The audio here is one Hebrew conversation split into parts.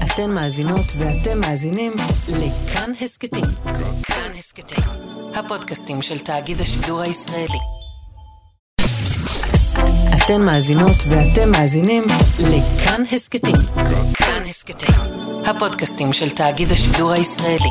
אתן מאזינות ואתם מאזינים לכאן הסקטים. כאן הסקטים, הפודקאסטים של תאגיד השידור הישראלי. אתן מאזינות ואתם מאזינים לכאן הסקטים. כאן הסקטים, הפודקאסטים של תאגיד השידור הישראלי.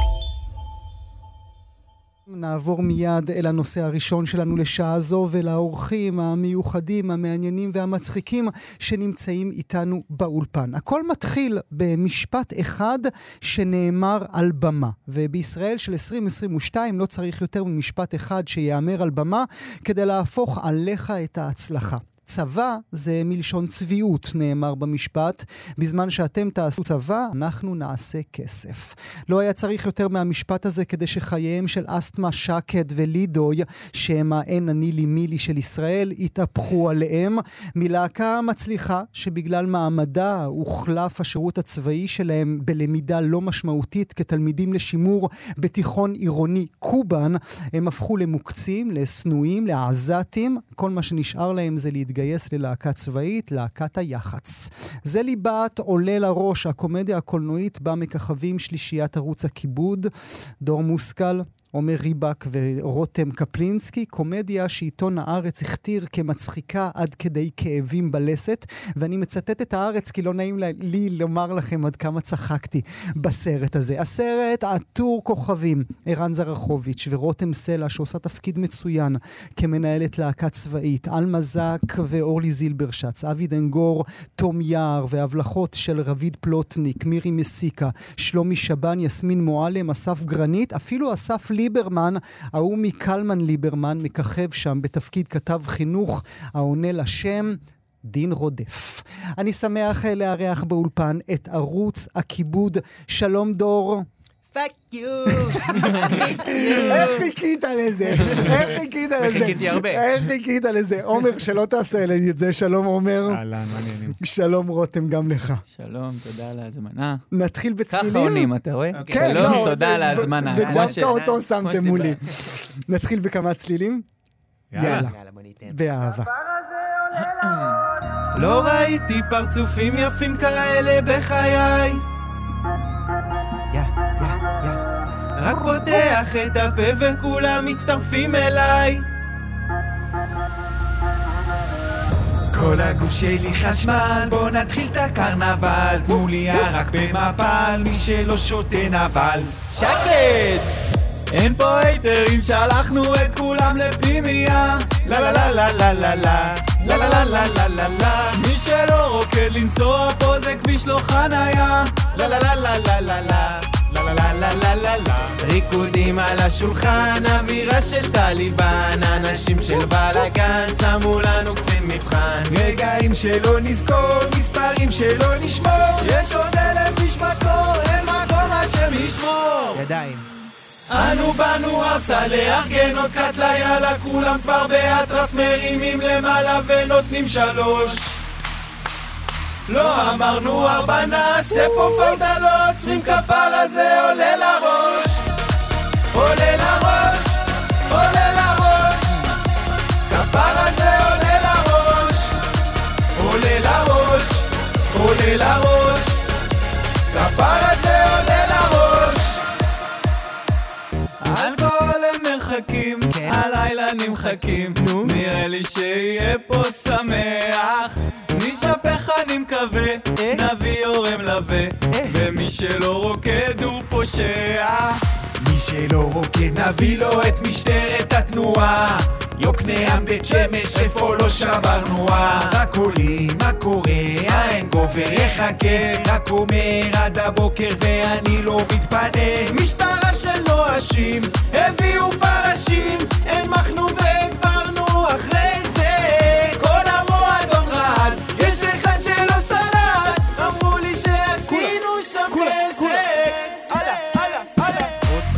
נעבור מיד אל הנושא הראשון שלנו לשעה זו ולאורחים המיוחדים, המעניינים והמצחיקים שנמצאים איתנו באולפן. הכל מתחיל במשפט אחד שנאמר על במה, ובישראל של 2022 לא צריך יותר ממשפט אחד שיאמר על במה כדי להפוך עליך את ההצלחה. צבא זה מלשון צביעות, נאמר במשפט. בזמן שאתם תעשו צבא, אנחנו נעשה כסף. לא היה צריך יותר מהמשפט הזה כדי שחייהם של אסתמה שקד ולידוי, שהם האין אני לי מילי של ישראל, התהפכו עליהם. מלהקה מצליחה שבגלל מעמדה הוחלף השירות הצבאי שלהם בלמידה לא משמעותית כתלמידים לשימור בתיכון עירוני קובן, הם הפכו למוקצים, לסנועים, לעזתים. כל מה שנשאר להם זה להתגייס ללהקה צבאית, להקת היח"צ. זה ליבת עולה לראש, הקומדיה הקולנועית בה מככבים שלישיית ערוץ הכיבוד, דור מושכל, עומר ריבק ורותם קפלינסקי, קומדיה שעיתון הארץ הכתיר כמצחיקה עד כדי כאבים בלסת, ואני מצטט את הארץ כי לא נעים לי לומר לכם עד כמה צחקתי בסרט הזה. הסרט עטור כוכבים, ערן זרחוביץ' ורותם סלע שעושה תפקיד מצוין כמנהלת להקה צבאית, אלמה זק ואורלי זילברשץ, אבי דנגור, תום יער והבלחות של רביד פלוטניק, מירי מסיקה, שלומי שבן, יסמין מועלם, אסף גרנית, אפילו אסף ליברמן, ההוא מקלמן ליברמן, מככב שם בתפקיד כתב חינוך העונה לשם דין רודף. אני שמח לארח באולפן את ערוץ הכיבוד. שלום דור. Fuck you. איך חיכית לזה? איך חיכית לזה? וחיכיתי הרבה. איך חיכית לזה? עומר, שלא תעשה לי את זה. שלום עומר. אהלן, מעניינים. שלום רותם גם לך. שלום, תודה על ההזמנה. נתחיל בצלילים. ככה עונים, אתה רואה? כן, שלום, לא, תודה על ההזמנה. ודווקא אותו שמתם מולי. נתחיל בכמה צלילים? יאללה. באהבה. לא ראיתי פרצופים יפים כאלה בחיי, רק פותח את הפה וכולם מצטרפים אליי. כל הגוף שלי חשמל, בוא נתחיל את הקרנבל. תנו לי רק במפל, מי שלא שותה נבל. שקט! אין פה היתרים, שלחנו את כולם לפנימיה. לה לה לה לה לה לה לה לה לה לה לה לה לה. מי שלא רוקד לנסוע פה זה כביש לא חניה. לה לה לה לה לה לה לה לה לה לה לה לה לה. ריקודים על השולחן, אווירה של טליבן, אנשים של בלגן שמו לנו קצין מבחן. רגעים שלא נזכור, מספרים שלא נשמור. יש עוד 1000 איש מקור, אין מקום השם ישמור. ידיים. אנו באנו ארצה לארגן עוד קטלה, יאללה כולם כבר באטרף מרימים למעלה ונותנים 3. לא אמרנו 4, נעשה פה פאודה, לא עוצרים, כפרה זה עולה לראש. עולה לראש, עולה לראש, כפרה זה עולה לראש. עולה לראש, עולה לראש, כפרה זה עולה לראש. אלכוהול הם מרחקים, הלילה נמחקים, נראה לי שיהיה פה שמח. נשפך אני מקווה, נביא אורם לווה, ומי שלא רוקד הוא פושע. מי שלא רוקד נביא לו את משטרת התנועה. יוקנעם בית שמש, איפה לא שברנו. רק עולים, מה קורה? האין גובר יחכה, רק אומר עד הבוקר ואני לא מתפנה. משטרה של נואשים, הביאו פרשים, הנמכנו והגברנו אחרי זה. כל המועדון רעד, יש אחד שלא שרד, אמרו לי שעשינו שם כסף. הלאה, הלאה, הלאה.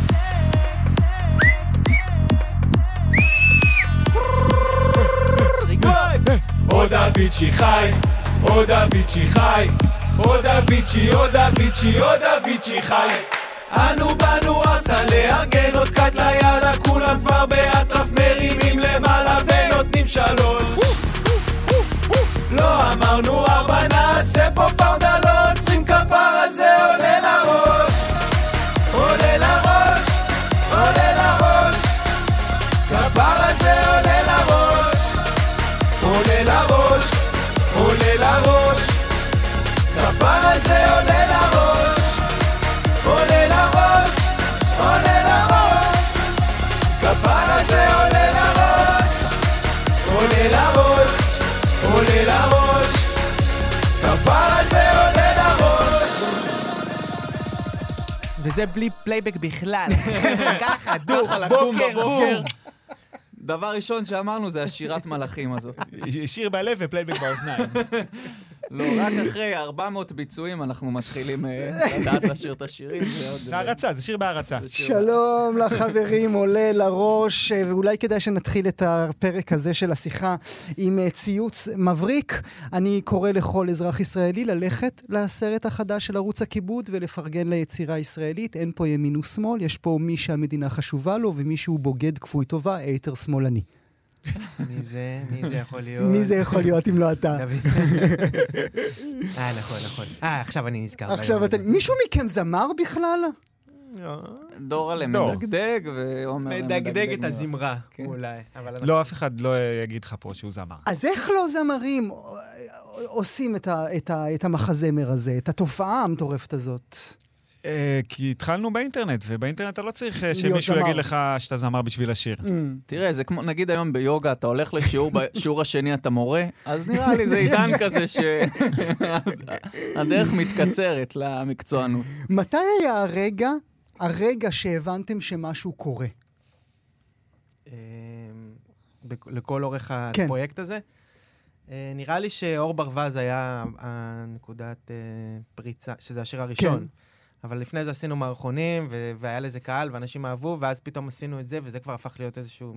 עוד אביצ'י חי, עוד אביצ'י חי, עוד אביצ'י, עוד אביצ'י, עוד אביצ'י חי. אנו באנו ארצה לארגן עוד קטלה, יאללה כולם כבר באטרף מרימים למעלה ונותנים 3. לא אמרנו 4, נעשה פה פאודה, לא עוצרים, כפרה זה עולה וזה בלי פלייבק בכלל. ככה, דוך, ככה לקום בוקר, בבוקר. בום. דבר ראשון שאמרנו זה השירת מלאכים הזאת. שיר בלב ופלייבק באוזניים. לא, רק אחרי 400 ביצועים אנחנו מתחילים לדעת לשיר את השירים. בהרצה, זה שיר בהרצה. שלום לחברים, עולה לראש, ואולי כדאי שנתחיל את הפרק הזה של השיחה עם ציוץ מבריק. אני קורא לכל אזרח ישראלי ללכת לסרט החדש של ערוץ הכיבוד ולפרגן ליצירה הישראלית. אין פה ימין ושמאל, יש פה מי שהמדינה חשובה לו ומי שהוא בוגד כפוי טובה, איתר שמאלני. מי זה יכול להיות? מי זה יכול להיות אם לא אתה? נכון. עכשיו אני נזכר. עכשיו מישהו מכם זמר בכלל? דורלה מדגדג ועומר מדגדג את הזמרה, אולי. לא, אף אחד לא יגיד לך פה שהוא זמר. אז איך לא זמרים עושים את המחזמר הזה, את התופעה המטורפת הזאת? כי התחלנו באינטרנט, ובאינטרנט אתה לא צריך שמישהו יגיד לך שאתה זמר בשביל השיר. תראה, זה כמו, נגיד היום ביוגה, אתה הולך לשיעור השני, אתה מורה, אז נראה לי זה עידן כזה שהדרך מתקצרת למקצוענות. מתי היה הרגע שהבנתם שמשהו קורה? לכל אורך הפרויקט הזה? נראה לי שאור ברווז היה הנקודת פריצה, שזה השיר הראשון. אבל לפני זה עשינו מערכונים, והיה לזה קהל, ואנשים אהבו, ואז פתאום עשינו את זה, וזה כבר הפך להיות איזשהו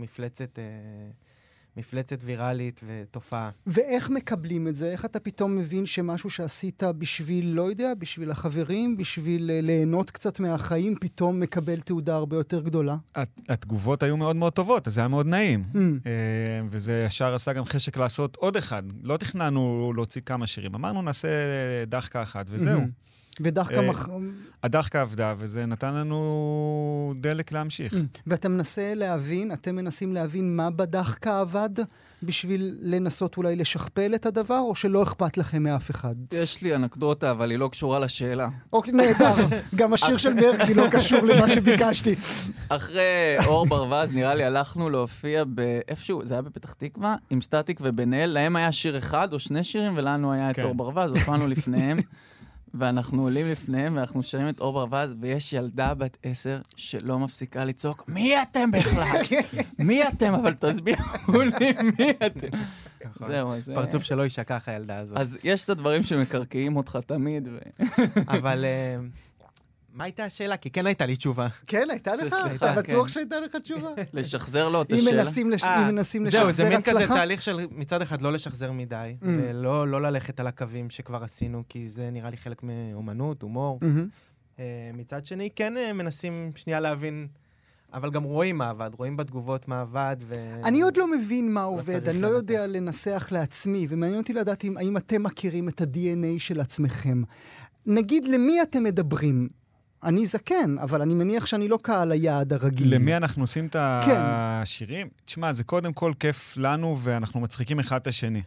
מפלצת ויראלית ותופעה. ואיך מקבלים את זה? איך אתה פתאום מבין שמשהו שעשית בשביל, לא יודע, בשביל החברים, בשביל ליהנות קצת מהחיים, פתאום מקבל תעודה הרבה יותר גדולה? התגובות היו מאוד מאוד טובות, אז זה היה מאוד נעים. וזה ישר עשה גם חשק לעשות עוד אחד. לא תכננו להוציא כמה שירים. אמרנו, נעשה דחקה אחת, וזהו. ודחקה הדחקה עבדה, וזה נתן לנו דלק להמשיך. ואתם מנסים להבין מה בדחקה עבד, בשביל לנסות אולי לשכפל את הדבר, או שלא אכפת לכם מאף אחד? יש לי אנקדוטה, אבל היא לא קשורה לשאלה. אוקיי, נהדר. גם השיר של מרגי לא קשור למה שביקשתי. אחרי אור ברווז, נראה לי, הלכנו להופיע באיפשהו, זה היה בפתח תקווה, עם סטטיק ובן-אל, להם היה שיר אחד או שני שירים, ולנו היה את אור ברווז, הופענו לפניהם. ואנחנו עולים לפניהם, ואנחנו שרים את אור ברווז, ויש ילדה בת 10 שלא מפסיקה לצעוק, מי אתם בכלל? מי אתם? אבל תסבירו לי מי אתם. זהו, אז... פרצוף שלא יישכח הילדה הזאת. אז יש את הדברים שמקרקעים אותך תמיד. אבל... מה הייתה השאלה? כי כן הייתה לי תשובה. כן, הייתה לך? אתה בטוח שהייתה לך תשובה? לשחזר לו את השאלה. אם מנסים לשחזר הצלחה? זהו, זה מין כזה תהליך של מצד אחד לא לשחזר מדי, ולא ללכת על הקווים שכבר עשינו, כי זה נראה לי חלק מאומנות, הומור. מצד שני, כן מנסים שנייה להבין, אבל גם רואים מה עבד, רואים בתגובות מה עבד. אני עוד לא מבין מה עובד, אני לא יודע לנסח לעצמי, ומעניין אותי לדעת האם אתם מכירים את ה-DNA של עצמכם. נגיד, למי אתם מדברים? אני זקן, אבל אני מניח שאני לא קהל היעד הרגיל. למי אנחנו עושים את השירים? תשמע, זה קודם כל כיף לנו, ואנחנו מצחיקים אחד את השני.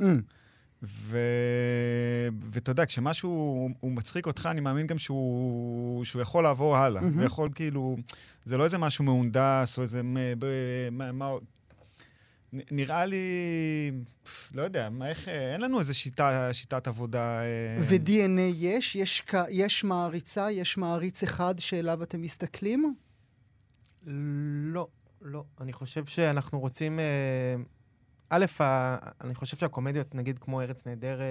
ואתה יודע, כשמשהו הוא מצחיק אותך, אני מאמין גם שהוא יכול לעבור הלאה. ויכול כאילו, זה לא איזה משהו מהונדס, או איזה... נראה לי, לא יודע, אין לנו איזו שיטת עבודה... ו-DNA יש מעריצה, יש מעריץ אחד שאליו אתם מסתכלים? לא. אני חושב שאנחנו רוצים... אני חושב שהקומדיות, נגיד כמו ארץ נהדרת,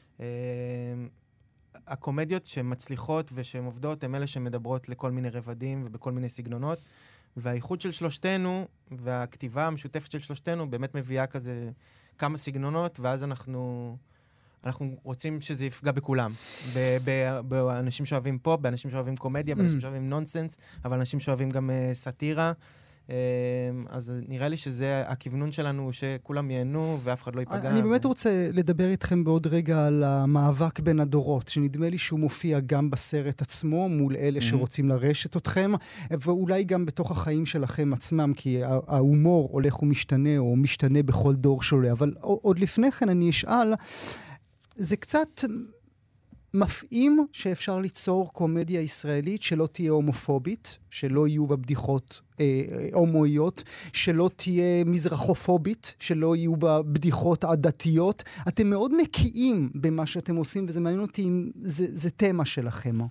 הקומדיות שמצליחות ושהן עובדות, הן אלה שמדברות לכל מיני רבדים ובכל מיני סגנונות, והאיחוד של שלושתנו, והכתיבה המשותפת של שלושתנו, באמת מביאה כזה כמה סגנונות, ואז אנחנו רוצים שזה יפגע בכולם. באנשים שאוהבים פופ, באנשים שאוהבים קומדיה, באנשים שאוהבים נונסנס, אבל אנשים שאוהבים גם סאטירה. אז נראה לי שזה הכיוונון שלנו, שכולם ייהנו ואף אחד לא ייפגע. אני באמת רוצה לדבר איתכם בעוד רגע על המאבק בין הדורות, שנדמה לי שהוא מופיע גם בסרט עצמו, מול אלה שרוצים לרשת אתכם, ואולי גם בתוך החיים שלכם עצמם, כי ההומור הולך ומשתנה, או משתנה בכל דור שעולה. אבל עוד לפני כן אני אשאל, זה קצת... מפעים שאפשר ליצור קומדיה ישראלית שלא תהיה הומופובית, שלא יהיו בה בדיחות הומואיות, שלא תהיה מזרחופובית, שלא יהיו בה בדיחות עדתיות. אתם מאוד נקיים במה שאתם עושים, וזה מעניין אותי אם זה תמה שלכם.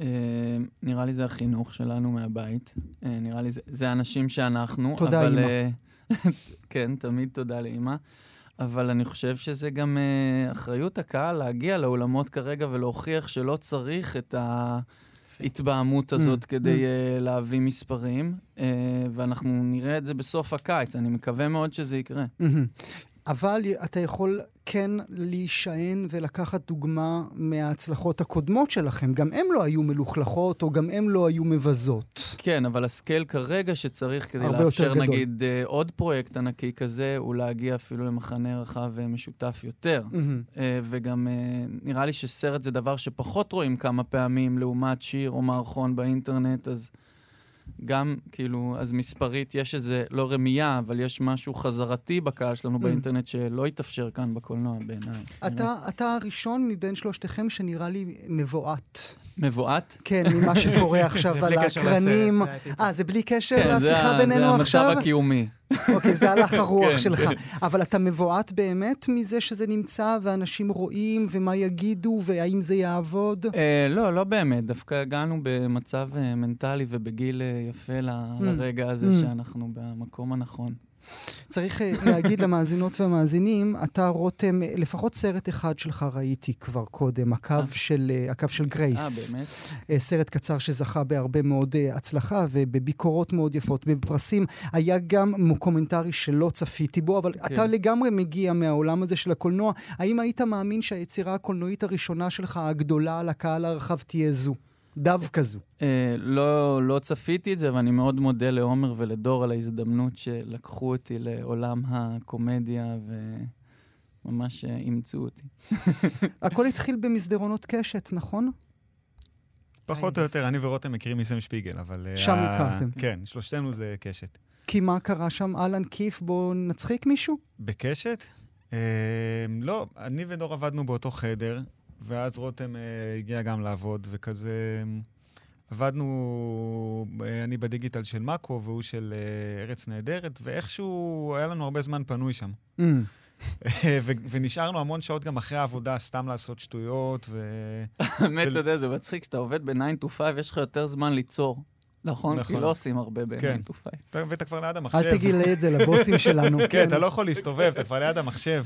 נראה לי זה החינוך שלנו מהבית. נראה לי זה אנשים שאנחנו. תודה, אמא. כן, תמיד תודה לאמא. אבל אני חושב שזה גם אחריות הקהל להגיע לאולמות כרגע ולהוכיח שלא צריך את ההתבעמות הזאת כדי להביא מספרים, ואנחנו נראה את זה בסוף הקיץ. אני מקווה מאוד שזה יקרה. אבל אתה יכול כן להישען ולקחת דוגמה מההצלחות הקודמות שלכם. גם הם לא היו מלוכלכות, או גם הם לא היו מבזות. כן, אבל הסקייל כרגע שצריך כדי לאפשר, נגיד, עוד פרויקט ענקי כזה, הוא להגיע אפילו למחנה רחב משותף יותר. וגם נראה לי שסרט זה דבר שפחות רואים כמה פעמים, לעומת שיר או מערכון באינטרנט, אז גם, כאילו, אז מספרית יש איזה, לא רמייה, אבל יש משהו חזרתי בקהל שלנו באינטרנט שלא יתאפשר כאן בקולנוע בעיניי. אתה הראשון מבין שלושתכם שנראה לי מבועת. מבועת? כן, ממה שקורה עכשיו על האקרנים. זה בלי קשר לשיחה בינינו עכשיו? זה המצב הקיומי. אוקיי, זה הלך הרוח שלך. אבל אתה מבועת באמת מזה שזה נמצא ואנשים רואים ומה יגידו והאם זה יעבוד? לא באמת. דווקא הגענו במצב מנטלי ובגיל יפה לרגע הזה שאנחנו במקום הנכון. צריך להגיד למאזינות והמאזינים, אתה רותם, לפחות סרט אחד שלך ראיתי כבר קודם, הקו של גרייס. באמת? סרט קצר שזכה בהרבה מאוד הצלחה ובביקורות מאוד יפות, בפרסים. היה גם קומנטרי שלא צפיתי בו, אבל אתה לגמרי מגיע מהעולם הזה של הקולנוע. האם היית מאמין שהיצירה הקולנועית הראשונה שלך, הגדולה על הקהל הרחב, תהיה זו? דווקא זו. לא צפיתי את זה, ואני מאוד מודה לעומר ולדור על ההזדמנות שלקחו אותי לעולם הקומדיה וממש אימצו אותי. הכל התחיל במסדרונות קשת, נכון? פחות או יותר, אני ורותם מכירים מסם שפיגל, אבל... שם הכרתם. כן, שלושתנו זה קשת. כי מה קרה שם? אלן כיף, בוא נצחיק מישהו? בקשת? לא, אני ודור עבדנו באותו חדר, ואז רותם הגיע גם לעבוד, וכזה עבדנו, אני בדיגיטל של מקו, והוא של ארץ נהדרת, ואיכשהו היה לנו הרבה זמן פנוי שם. ונשארנו המון שעות גם אחרי העבודה, סתם לעשות שטויות. באמת, אתה יודע, זה מצחיק, שאתה עובד ב-9 to 5, יש לך יותר זמן ליצור. נכון? כי לא עושים הרבה ב-9 to 5. ואתה כבר ליד המחשב. אל תגילה את זה לבוסים שלנו. כן, אתה לא יכול להסתובב, אתה כבר ליד המחשב.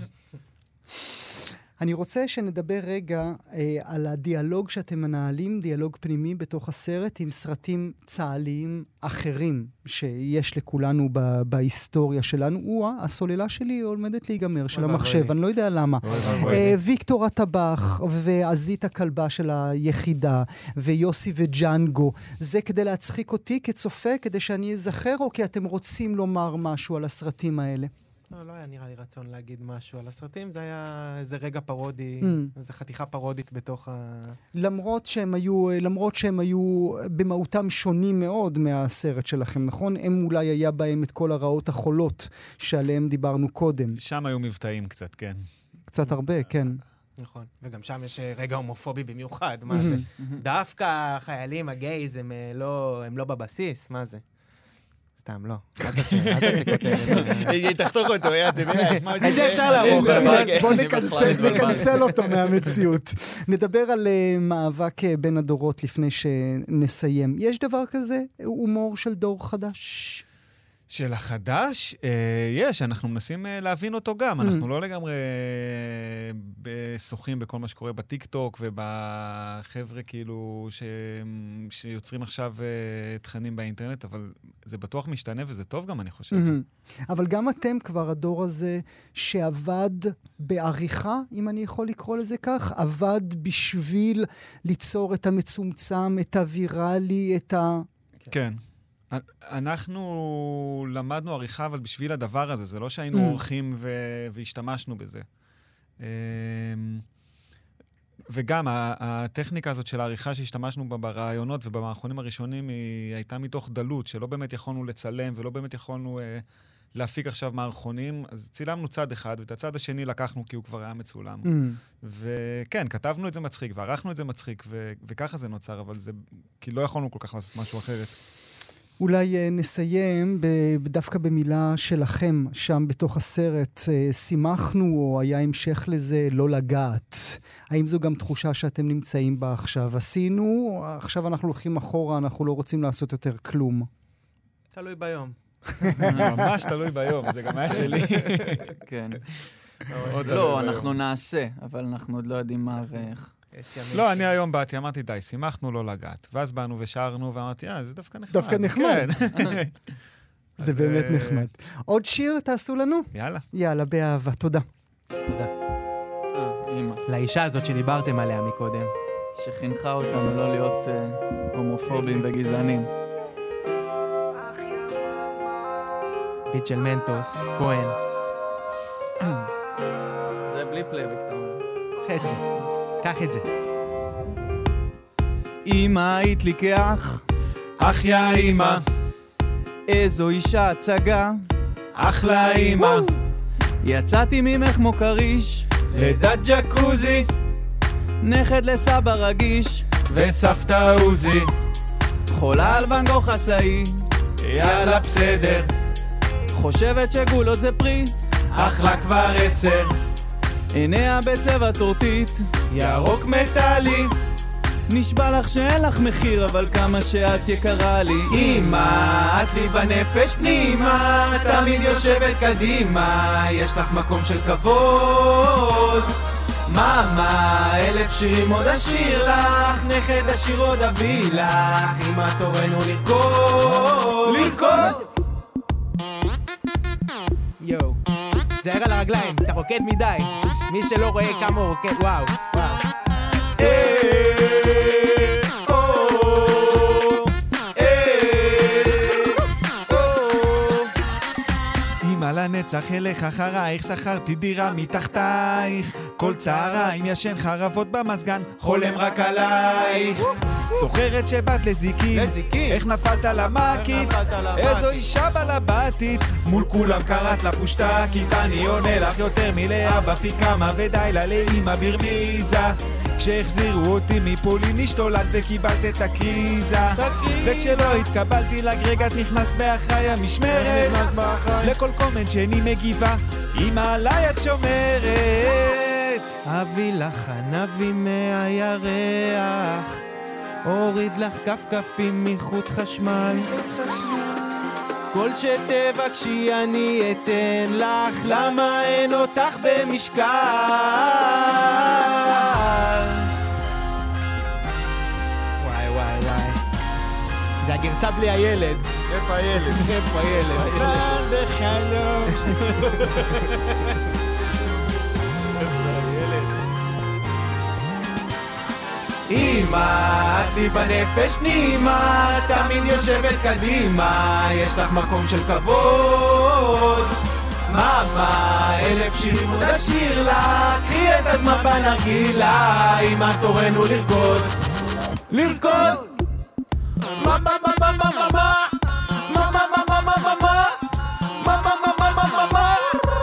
אני רוצה שנדבר רגע על הדיאלוג שאתם מנהלים, דיאלוג פנימי בתוך הסרט, עם סרטים צהליים אחרים שיש לכולנו בהיסטוריה שלנו. הסוללה שלי עומדת להיגמר, של המחשב, אני לא יודע למה. ויקטור הטבח, ועזית הכלבה של היחידה, ויוסי וג'אנגו. זה כדי להצחיק אותי כצופה, כדי שאני אזכר, או כי אתם רוצים לומר משהו על הסרטים האלה? לא היה נראה לי רצון להגיד משהו על הסרטים, זה היה איזה רגע פרודי, איזו חתיכה פרודית בתוך למרות שהם היו במהותם שונים מאוד מהסרט שלכם, נכון? הם אולי היה בהם את כל הרעות החולות שעליהם דיברנו קודם. שם היו מבטאים קצת, כן. קצת הרבה, כן. נכון, וגם שם יש רגע הומופובי במיוחד, מה זה? דווקא החיילים הגייז הם לא בבסיס, מה זה? סתם, לא. אל תעשה כותרת. תחתוך אותו, יד, את זה אפשר לערוך. בוא נקנסל אותו מהמציאות. נדבר על מאבק בין הדורות לפני שנסיים. יש דבר כזה, הומור של דור חדש? של החדש? יש, אנחנו מנסים להבין אותו גם. אנחנו לא לגמרי שוחים בכל מה שקורה בטיק-טוק ובחבר'ה כאילו שיוצרים עכשיו תכנים באינטרנט, אבל זה בטוח משתנה וזה טוב גם, אני חושב. אבל גם אתם כבר, הדור הזה שעבד בעריכה, אם אני יכול לקרוא לזה כך, עבד בשביל ליצור את המצומצם, את הוויראלי, את ה... כן. אנחנו למדנו עריכה, אבל בשביל הדבר הזה, זה לא שהיינו עורכים והשתמשנו בזה. וגם הטכניקה הזאת של העריכה שהשתמשנו בה ברעיונות ובמערכונים הראשונים, היא הייתה מתוך דלות, שלא באמת יכולנו לצלם ולא באמת יכולנו להפיק עכשיו מערכונים. אז צילמנו צד אחד, ואת הצד השני לקחנו כי הוא כבר היה מצולם. וכן, כתבנו את זה מצחיק, וערכנו את זה מצחיק, וככה זה נוצר, אבל זה, כי לא יכולנו כל כך לעשות משהו אחרת. אולי נסיים דווקא במילה שלכם, שם בתוך הסרט, שימחנו או היה המשך לזה לא לגעת. האם זו גם תחושה שאתם נמצאים בה עכשיו? עשינו, עכשיו אנחנו הולכים אחורה, אנחנו לא רוצים לעשות יותר כלום. תלוי ביום. ממש תלוי ביום, זה גם היה שלי. כן. לא, אנחנו נעשה, אבל אנחנו עוד לא יודעים מה ואיך. לא, אני היום באתי, אמרתי, די, שימחנו לא לגעת. ואז באנו ושרנו, ואמרתי, זה דווקא נחמד. דווקא נחמד. זה באמת נחמד. עוד שיר תעשו לנו? יאללה. יאללה, באהבה. תודה. תודה. אמא. לאישה הזאת שדיברתם עליה מקודם. שחינכה אותנו לא להיות הומופובים וגזענים. ביט של מנטוס, כהן. זה בלי פלייבק, אתה אומר. חצי. קח את זה. אמא היית לי כאח, אח יא אמא, איזו אישה הצגה, אחלה אמא, יצאתי ממך כמו קריש, לידת ג'קוזי, נכד לסבא רגיש, וסבתא עוזי, חולה על ונגו חסאי, יאללה בסדר, חושבת שגולות זה פרי, אחלה כבר 10, עיניה בצבע טורטית, ירוק מטלי, נשבע לך שאין לך מחיר, אבל כמה שאת יקרה לי. אמא, את לי בנפש פנימה, תמיד יושבת קדימה, יש לך מקום של כבוד. מאמה, 1000 שירים עוד אשיר לך, נכד אשיר עוד אביא לך, אמא תורנו לרקוד. לרקוד! יואו, תזהר על הרגליים, אתה רוקד מדי. מי שלא רואה כמה הוא רוקד, וואו, וואו. אמא לנצח אלך אחרייך, שכרתי דירה מתחתייך, כל צהריים ישן חרבות במזגן, חולם רק עלייך. זוכרת שבאת לזיקים, איך נפלת למקית, איזו אישה בלבטית, מול כולם קראת לה פושטקית, אני עונה לך יותר מלאבא פי כמה ודי לה לאמא ברמיזה. כשהחזירו אותי מפולין השתולת וקיבלת את הקריזה, וכשלא התקבלתי לגרגת נכנס באחרי המשמרת, לכל קומנט שאני מגיבה אמא עליי את שומרת. אביא לך ענבי מהירח, הוריד לך כפכפים מחוט חשמל, כל שתבקשי אני אתן לך, למה אין אותך במשקל. וואי וואי וואי, זה הגרסה בלי הילד. איפה הילד? איפה הילד? בחלום. אמא, את לי בנפש פנימה, תמיד יושבת קדימה, יש לך מקום של כבוד. מאמה, 1000 שירים עוד אשיר לה, קחי את הזמן בנרגילה, אמא תורנו לרקוד. לרקוד! מאמה מאמה מאמה מאמה מאמה מאמה מאמה מאמה מאמה מאמה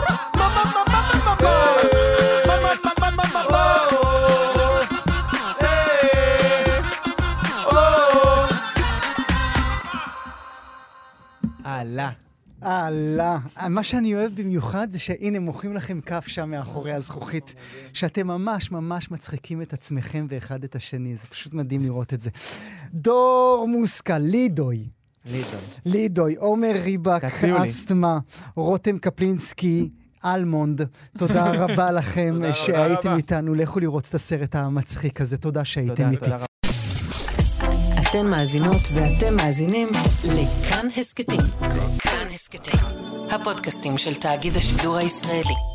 אללה. מה שאני אוהב במיוחד זה שהנה מוכרים לכם כף שם מאחורי הזכוכית, שאתם ממש ממש מצחיקים את עצמכם ואחד את השני. זה פשוט מדהים לראות את זה. דור מוסקה, לידוי, עומר ריבק, אסתמה, רותם קפלינסקי, אלמונד, תודה רבה לכם שהייתם איתנו. לכו לראות את הסרט המצחיק הזה. תודה שהייתם איתי. אתן מאזינות ואתם מאזינים לכאן הסקטים. כאן הסקטים, הפודקאסטים של תאגיד השידור הישראלי.